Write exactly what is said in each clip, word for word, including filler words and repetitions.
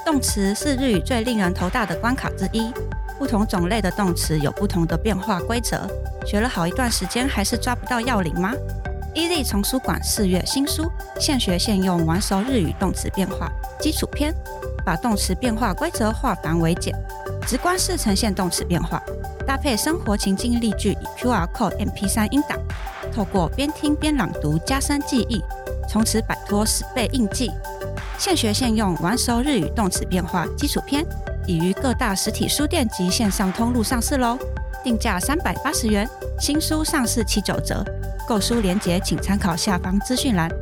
动词是日语最令人头大的关卡之一，不同种类的动词有不同的变化规则，学了好一段时间还是抓不到要领吗？ Easy 丛书馆四月新书现学现用玩熟日语动词变化基础篇，把动词变化规则化繁为简，直观式呈现动词变化，搭配生活情境例句与 Q R Code M P 三 音档，透过边听边朗读加深记忆，从此摆脱死背硬记。现学现用玩熟日语动词变化基础篇，已于各大实体书店及线上通路上市喽，定价三百八十元，新书上市七九折，购书链接请参考下方资讯栏。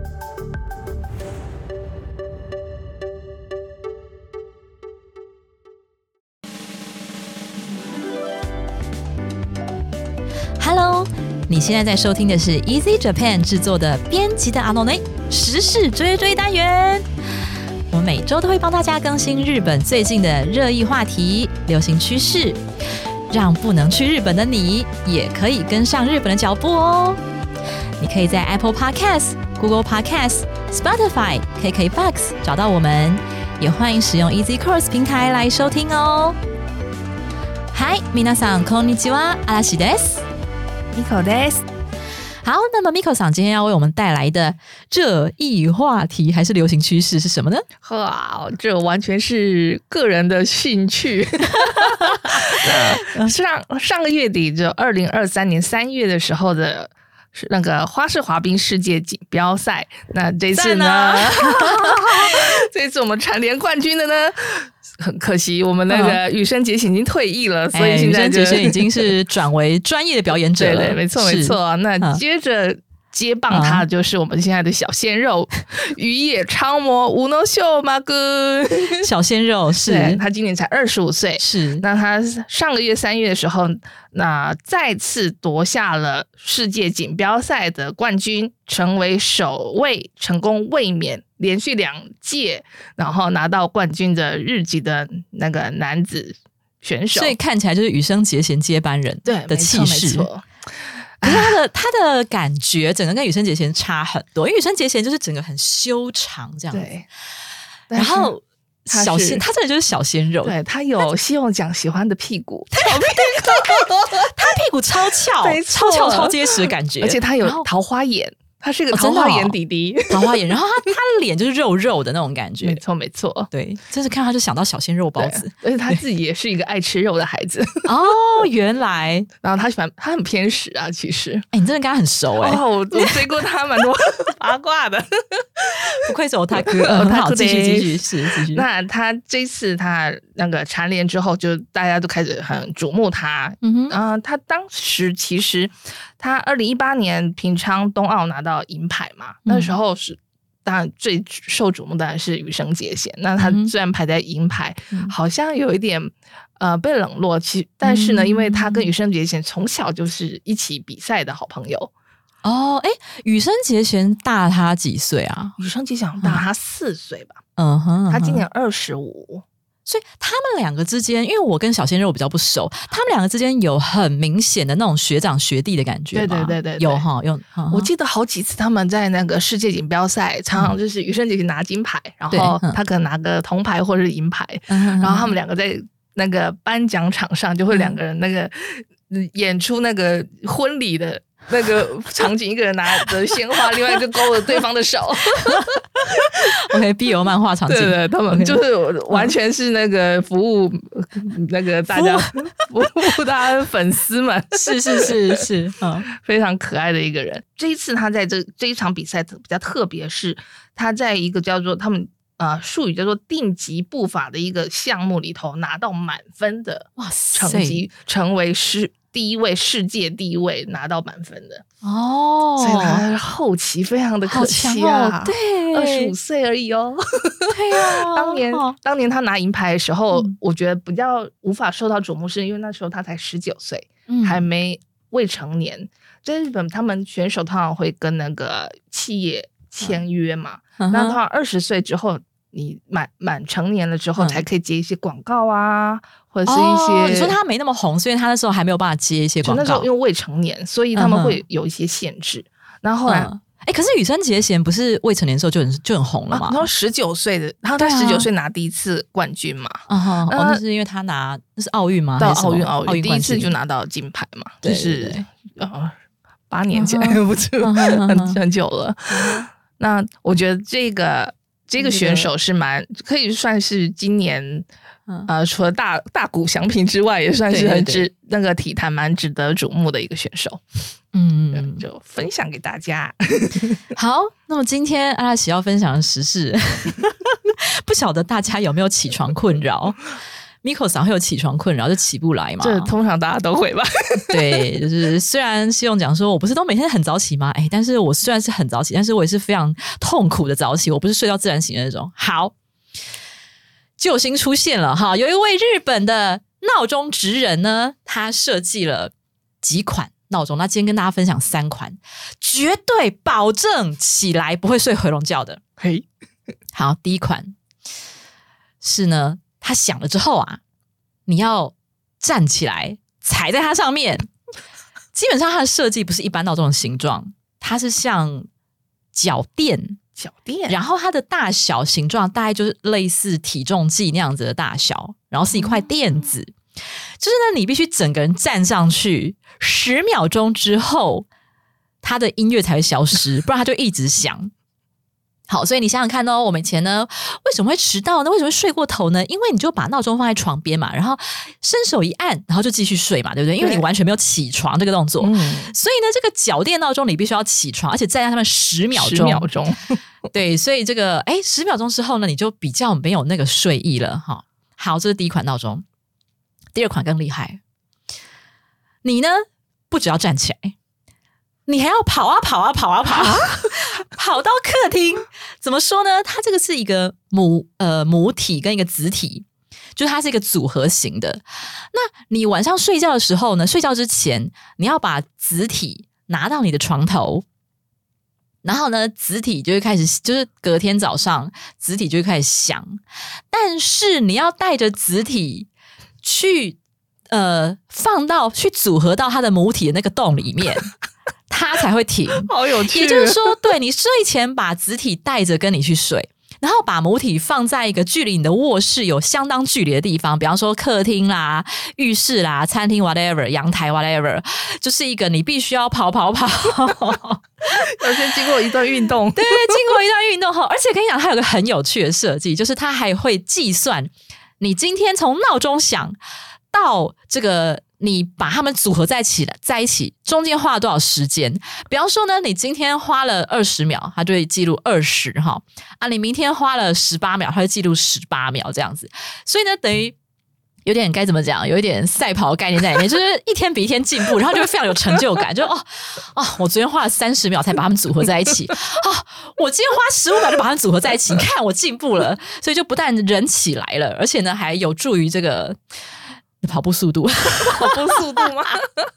Hello， 你现在在收听的是 Easy Japan 制作的编辑的阿诺内时事追追单元。我们每周都会帮大家更新日本最近的热议话题、流行趋势，让不能去日本的你也可以跟上日本的脚步哦。你可以在 Apple Podcast、Google Podcast、Spotify、K K B O X 找到我们，也欢迎使用 Easy Course 平台来收听哦。嗨，皆さんこんにちは、嵐です。 Miko です。 好，那么 Miko 桑今天要为我们带来的热议话题还是流行趋势是什么呢？ 哇，这完全是个人的兴趣。上上个月底，就二零二三年三月的时候的那个花式滑冰世界锦标赛，那这次呢，啊、这次我们蝉联冠军的呢？很可惜，我们那个羽生结弦已经退役了，嗯、所以现在羽生结弦已经是转为专业的表演者了。 对对，没错没错。那接着接棒他的就是我们现在的小鲜肉羽野昌磨宇野秀马君。 小鲜肉是他今年才二十五岁， 是那他上个月三月的时候，那再次夺下了世界锦标赛的冠军，成为首位成功卫冕连续两届然后拿到冠军的日籍的那个男子选手， 所以看起来就是羽生结弦接班人的气势。可是他的他的感觉整个跟羽生结弦差很多，因为羽生结弦就是整个很修长这样子， 对， 然后小鲜他真的就是小鲜肉， 对，他有希望讲喜欢的屁股， 他屁股他屁股超翘，超翘超结实的感觉， 而且他有桃花眼。他是一个桃花眼弟弟， 哦哦、桃花眼，然后他他脸就是肉肉的那种感觉， 没错没错， 对，就是看他就想到小鲜肉包子， 而且他自己也是一个爱吃肉的孩子哦，原来， 然后他喜欢他很偏食啊，其实， 哎、欸，你真的跟他很熟哎、欸， 哦，我我追过他蛮多八卦的， 不愧是我他哥，很好，继续继续是继续。 那他这次他那个蝉联之后，就大家都开始很瞩目他，嗯哼，呃，他当时其实他二零一八年平昌冬奥拿到银牌嘛，嗯、那时候是当然最受瞩目当然是羽生结弦。那他虽然排在银牌，嗯、好像有一点呃被冷落，其但是呢，嗯、因为他跟羽生结弦从小就是一起比赛的好朋友。 哦，哎，羽生结弦大他几岁啊？ 羽生结弦大他四岁吧。 嗯哼， 他今年二十五。 所以他们两个之间，因为我跟小鲜肉比较不熟，他们两个之间有很明显的那种学长学弟的感觉吗？ 对对对 对, 对， 有哈有。 我记得好几次他们在那个世界锦标赛，常常就是羽生结弦拿金牌，然后他可能拿个铜牌或者是银牌，然后他们两个在那个颁奖场上就会两个人那个演出那个婚礼的那个场景，一个人拿着鲜花，另外一个勾了对方的手。 OK，B L 漫画场景， 对对，他们就是完全是那个服务那个大家服务大家的粉丝们， 是是是是，嗯， 非常可爱的一个人。这一次他在这这一场比赛比较特别，是他在一个叫做他们呃术语叫做定级步伐的一个项目里头拿到满分的成绩，成为是第一位世界第一位拿到满分的哦， 所以他后期非常的可惜啊， 哦、对， 二十五岁而已哦， 对啊， 当年、哦、当年他拿银牌的时候、嗯，我觉得比较无法受到瞩目，是因为那时候他才十九岁，嗯，还没未成年。在日本，他们选手通常会跟那个企业签约嘛，嗯、那通常二十岁之后。你满满成年了之后，才可以接一些广告啊，嗯、或者是一些、 哦。你说他没那么红，所以他那时候还没有办法接一些广告。 那时候因为未成年，所以他们会有一些限制。嗯、然后后来哎，可是羽生结弦不是未成年的时候就很就很红了吗？ 啊、然后十九岁的，然后他十九岁拿第一次冠军嘛。 啊哈、哦，那是因为他拿那是奥运吗？ 到奥运奥运第一次就拿到金牌嘛， 对就是对对呃八年前，不是很很久了。那我觉得这个这个选手是蛮可以算是今年。呃，除了大大谷翔平之外，也算是很值对对对那个体坛蛮值得瞩目的一个选手。嗯，就分享给大家。 好，那么今天阿拉喜要分享的时事，不晓得大家有没有起床困扰？Miko 桑会有起床困扰，就起不来嘛？ 这通常大家都会吧？ 对，就是虽然希望讲说我不是都每天很早起吗？哎，但是我虽然是很早起，但是我也是非常痛苦的早起，我不是睡到自然醒的那种。好。救星出现了哈！有一位日本的闹钟职人呢，他设计了几款闹钟。那今天跟大家分享三款，绝对保证起来不会睡回笼觉的。嘿，好，第一款是呢，它响了之后啊，你要站起来踩在它上面。基本上它的设计不是一般闹钟的形状，它是像脚垫。 脚垫， 然后它的大小形状大概就是类似体重计那样子的大小，然后是一块垫子，嗯、就是呢，你必须整个人站上去，十秒钟之后，它的音乐才会消失，不然它就一直响。好，所以你想想看哦，我们以前呢为什么会迟到呢？为什么会睡过头呢？因为你就把闹钟放在床边嘛，然后伸手一按，然后就继续睡嘛，对不对？因为你完全没有起床这个动作，嗯、所以呢，这个脚垫闹钟你必须要起床，而且站在上面十秒钟， 十秒钟， 对，所以这个哎，十秒钟之后呢，你就比较没有那个睡意了哈。好，这是第一款闹钟，第二款更厉害，你呢不只要站起来。你还要跑啊跑啊跑啊跑啊，跑到客厅。怎么说呢？它这个是一个母呃母体跟一个子体，就是它是一个组合型的。那你晚上睡觉的时候呢，睡觉之前你要把子体拿到你的床头，然后呢，子体就会开始，就是隔天早上子体就会开始响。但是你要带着子体去呃放到去组合到它的母体的那个洞里面。它才会停， 好有趣。 也就是说，对你睡前把子体带着跟你去睡，然后把母体放在一个距离你的卧室有相当距离的地方，比方说客厅啦、浴室啦、餐厅 whatever、阳台 whatever， 就是一个你必须要跑跑跑， 要先经过一段运动。 对，经过一段运动后，而且跟你讲，它有个很有趣的设计，就是它还会计算你今天从闹钟响到这个。你把它们组合在一起在一起中间花了多少时间？比方说呢，你今天花了二十秒，它就会记录二十哈啊，你明天花了十八秒，它会记录十八秒这样子。所以呢，等于有点该怎么讲，有一点赛跑的概念在里面，就是一天比一天进步，然后就会非常有成就感，就哦哦，我昨天花了三十秒才把它们组合在一起，哦，我今天花十五秒就把它们组合在一起，你看我进步了，所以就不但人起来了，而且呢还有助于这个。跑步速度， 跑步速度吗？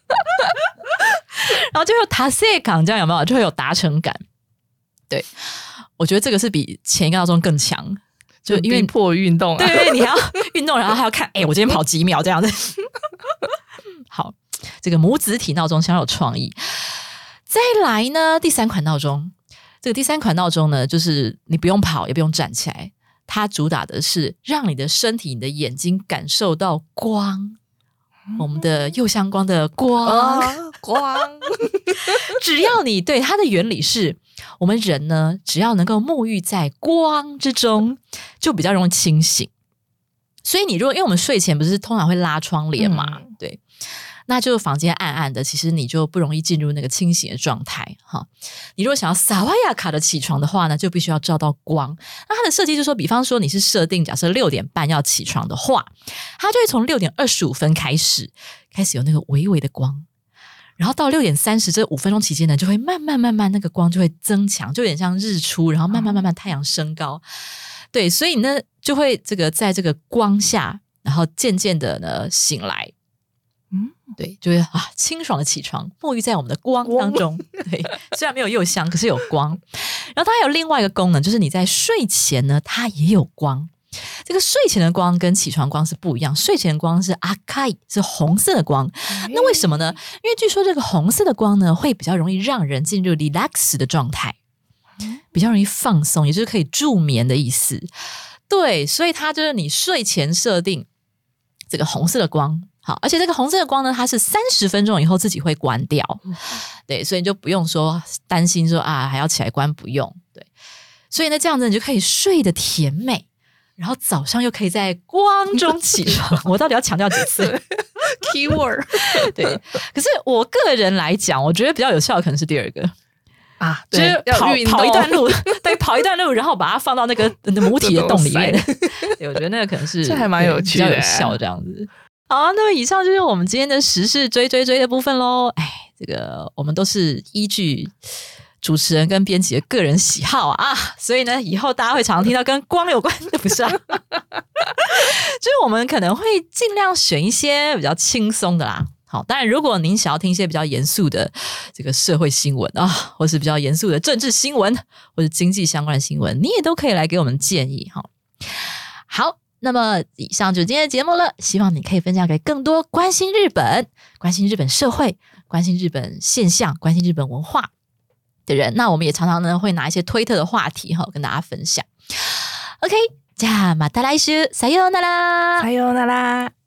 然后就有达成感，这样有没有？就会有达成感。对，我觉得这个是比前一个闹钟更强，就因为逼迫运动、啊， 对，你还要运动，然后还要看，哎、欸，我今天跑几秒这样子。好，这个母子体闹钟相当有创意。再来呢，第三款闹钟，这个第三款闹钟呢，就是你不用跑，也不用站起来。它主打的是让你的身体、你的眼睛感受到光，嗯、我们的右相光的光， 哦、光。 只要你对它的原理是，我们人呢，只要能够沐浴在光之中，就比较容易清醒。所以你如果因为我们睡前不是通常会拉窗帘嘛，嗯、对。那就房间暗暗的，其实你就不容易进入那个清醒的状态哈。你如果想要萨瓦亚卡的起床的话呢，就必须要照到光。那它的设计就是说，比方说你是设定假设六点半要起床的话，它就会从六点二十五分开始，开始有那个微微的光，然后到六点三十这五分钟期间呢，就会慢慢慢慢那个光就会增强，就有点像日出，然后慢慢慢慢太阳升高。对，所以呢就会这个在这个光下，然后渐渐的呢醒来。嗯，对，就会啊清爽的起床，沐浴在我们的光当中。对，虽然没有柚香，可是有光。然后它还有另外一个功能，就是你在睡前呢，它也有光。 这个睡前的光跟起床光是不一样，睡前的光是赤い，是红色的光。那为什么呢？因为据说这个红色的光呢，会比较容易让人进入 relax 的状态，比较容易放松，也就是可以助眠的意思。对，所以它就是你睡前设定这个红色的光。好，而且这个红色的光呢，它是三十分钟以后自己会关掉，对，所以你就不用说担心说啊还要起来关，不用，对，所以呢这样子你就可以睡得甜美，然后早上又可以在光中起床。我到底要强调几次 ？Keyword 对，可是我个人来讲，我觉得比较有效的可能是第二个。 啊， 就是跑跑一段路，对，跑一段路，然后把它放到那个母体的洞里面。对，我觉得那个可能是这还蛮有趣的， 比较有效这样子。好，那么以上就是我们今天的时事追追追的部分咯。哎，这个我们都是依据主持人跟编辑的个人喜好啊，所以呢，以后大家会常常听到跟光有关的，不是啊？就是我们可能会尽量选一些比较轻松的啦。好，当然如果您想要听一些比较严肃的这个社会新闻啊，或是比较严肃的政治新闻，或是经济相关的新闻，你也都可以来给我们建议哈。好。那么以上就是今天的节目了，希望你可以分享给更多关心日本、关心日本社会、关心日本现象、关心日本文化的人。那我们也常常呢会拿一些推特的话题哈跟大家分享。OK， じゃあまた来週、さようなら。 さようなら。